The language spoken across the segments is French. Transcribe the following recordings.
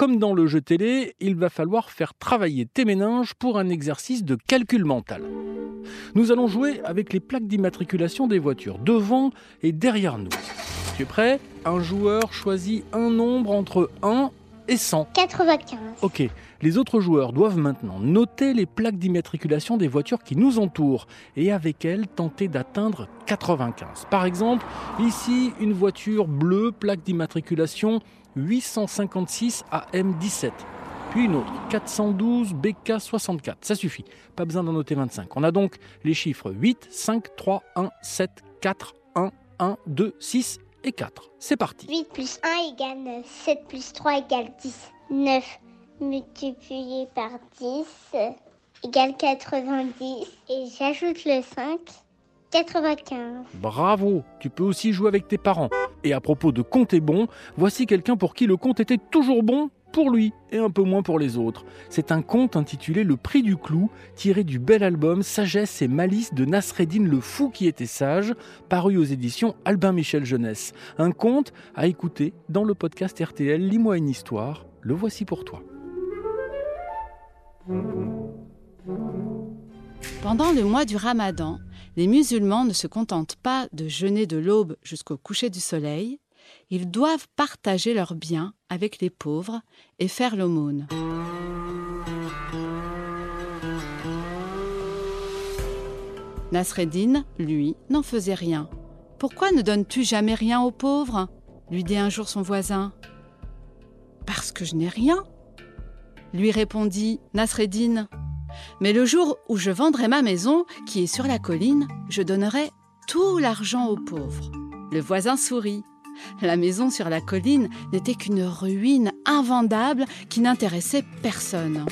comme dans le jeu télé, il va falloir faire travailler tes méninges pour un exercice de calcul mental. Nous allons jouer avec les plaques d'immatriculation des voitures, devant et derrière nous. Tu es prêt ? Un joueur choisit un nombre entre 1 et 100. 95. Ok, les autres joueurs doivent maintenant noter les plaques d'immatriculation des voitures qui nous entourent et avec elles tenter d'atteindre 95. Par exemple, ici, une voiture bleue, plaque d'immatriculation 856 AM17. Puis une autre, 412 BK64. Ça suffit, pas besoin d'en noter 25. On a donc les chiffres 8, 5, 3, 1, 7, 4, 1, 2, 6 et 4. C'est parti. 8 plus 1 égale 9. 7 plus 3 égale 10. 9 multiplié par 10 égale 90. Et j'ajoute le 5, 95. Bravo, tu peux aussi jouer avec tes parents. Et à propos de compter bon, voici quelqu'un pour qui le compte était toujours bon pour lui et un peu moins pour les autres. C'est un conte intitulé Le Prix du Clou, tiré du bel album Sagesse et Malice de Nasreddin le Fou qui était sage, paru aux éditions Albin Michel Jeunesse. Un conte à écouter dans le podcast RTL Lis-moi une histoire. Le voici pour toi. Pendant le mois du Ramadan, les musulmans ne se contentent pas de jeûner de l'aube jusqu'au coucher du soleil. Ils doivent partager leurs biens avec les pauvres et faire l'aumône. Nasreddin, lui, n'en faisait rien. « Pourquoi ne donnes-tu jamais rien aux pauvres ?» lui dit un jour son voisin. « Parce que je n'ai rien, » lui répondit Nasreddin. « Mais le jour où je vendrai ma maison, qui est sur la colline, je donnerai tout l'argent aux pauvres. » Le voisin sourit. La maison sur la colline n'était qu'une ruine invendable qui n'intéressait personne.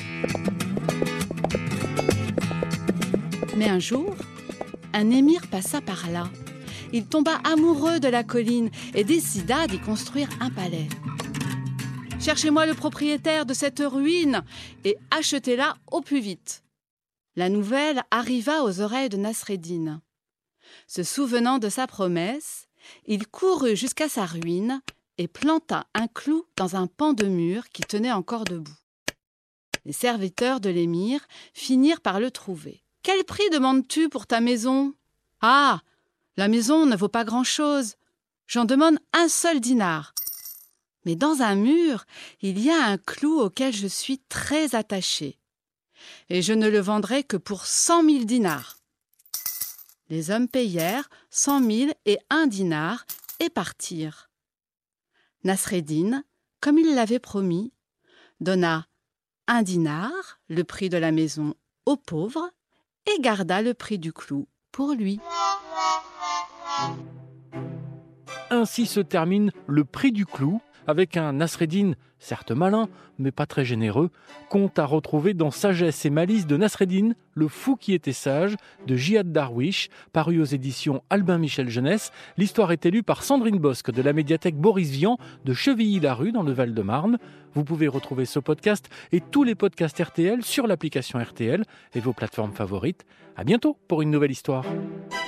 Mais un jour, un émir passa par là. Il tomba amoureux de la colline et décida d'y construire un palais. « Cherchez-moi le propriétaire de cette ruine et achetez-la au plus vite. » La nouvelle arriva aux oreilles de Nasreddin. Se souvenant de sa promesse, il courut jusqu'à sa ruine et planta un clou dans un pan de mur qui tenait encore debout. Les serviteurs de l'émir finirent par le trouver. « Quel prix demandes-tu pour ta maison ?»« Ah, la maison ne vaut pas grand-chose. J'en demande un seul dinar. Mais dans un mur, il y a un clou auquel je suis très attaché. Et je ne le vendrai que pour 100 000 dinars. » Les hommes payèrent 100 000 et 1 dinar et partirent. Nasreddin, comme il l'avait promis, donna 1 dinar, le prix de la maison, aux pauvres et garda le prix du clou pour lui. Ainsi se termine Le Prix du Clou, avec un Nasreddin, certes malin, mais pas très généreux, conte à retrouver dans Sagesse et Malice de Nasreddin, le fou qui était sage, de Jihad Darwish, paru aux éditions Albin Michel Jeunesse. L'histoire est lue par Sandrine Bosque de la médiathèque Boris Vian de Chevilly-la-Rue dans le Val-de-Marne. Vous pouvez retrouver ce podcast et tous les podcasts RTL sur l'application RTL et vos plateformes favorites. À bientôt pour une nouvelle histoire.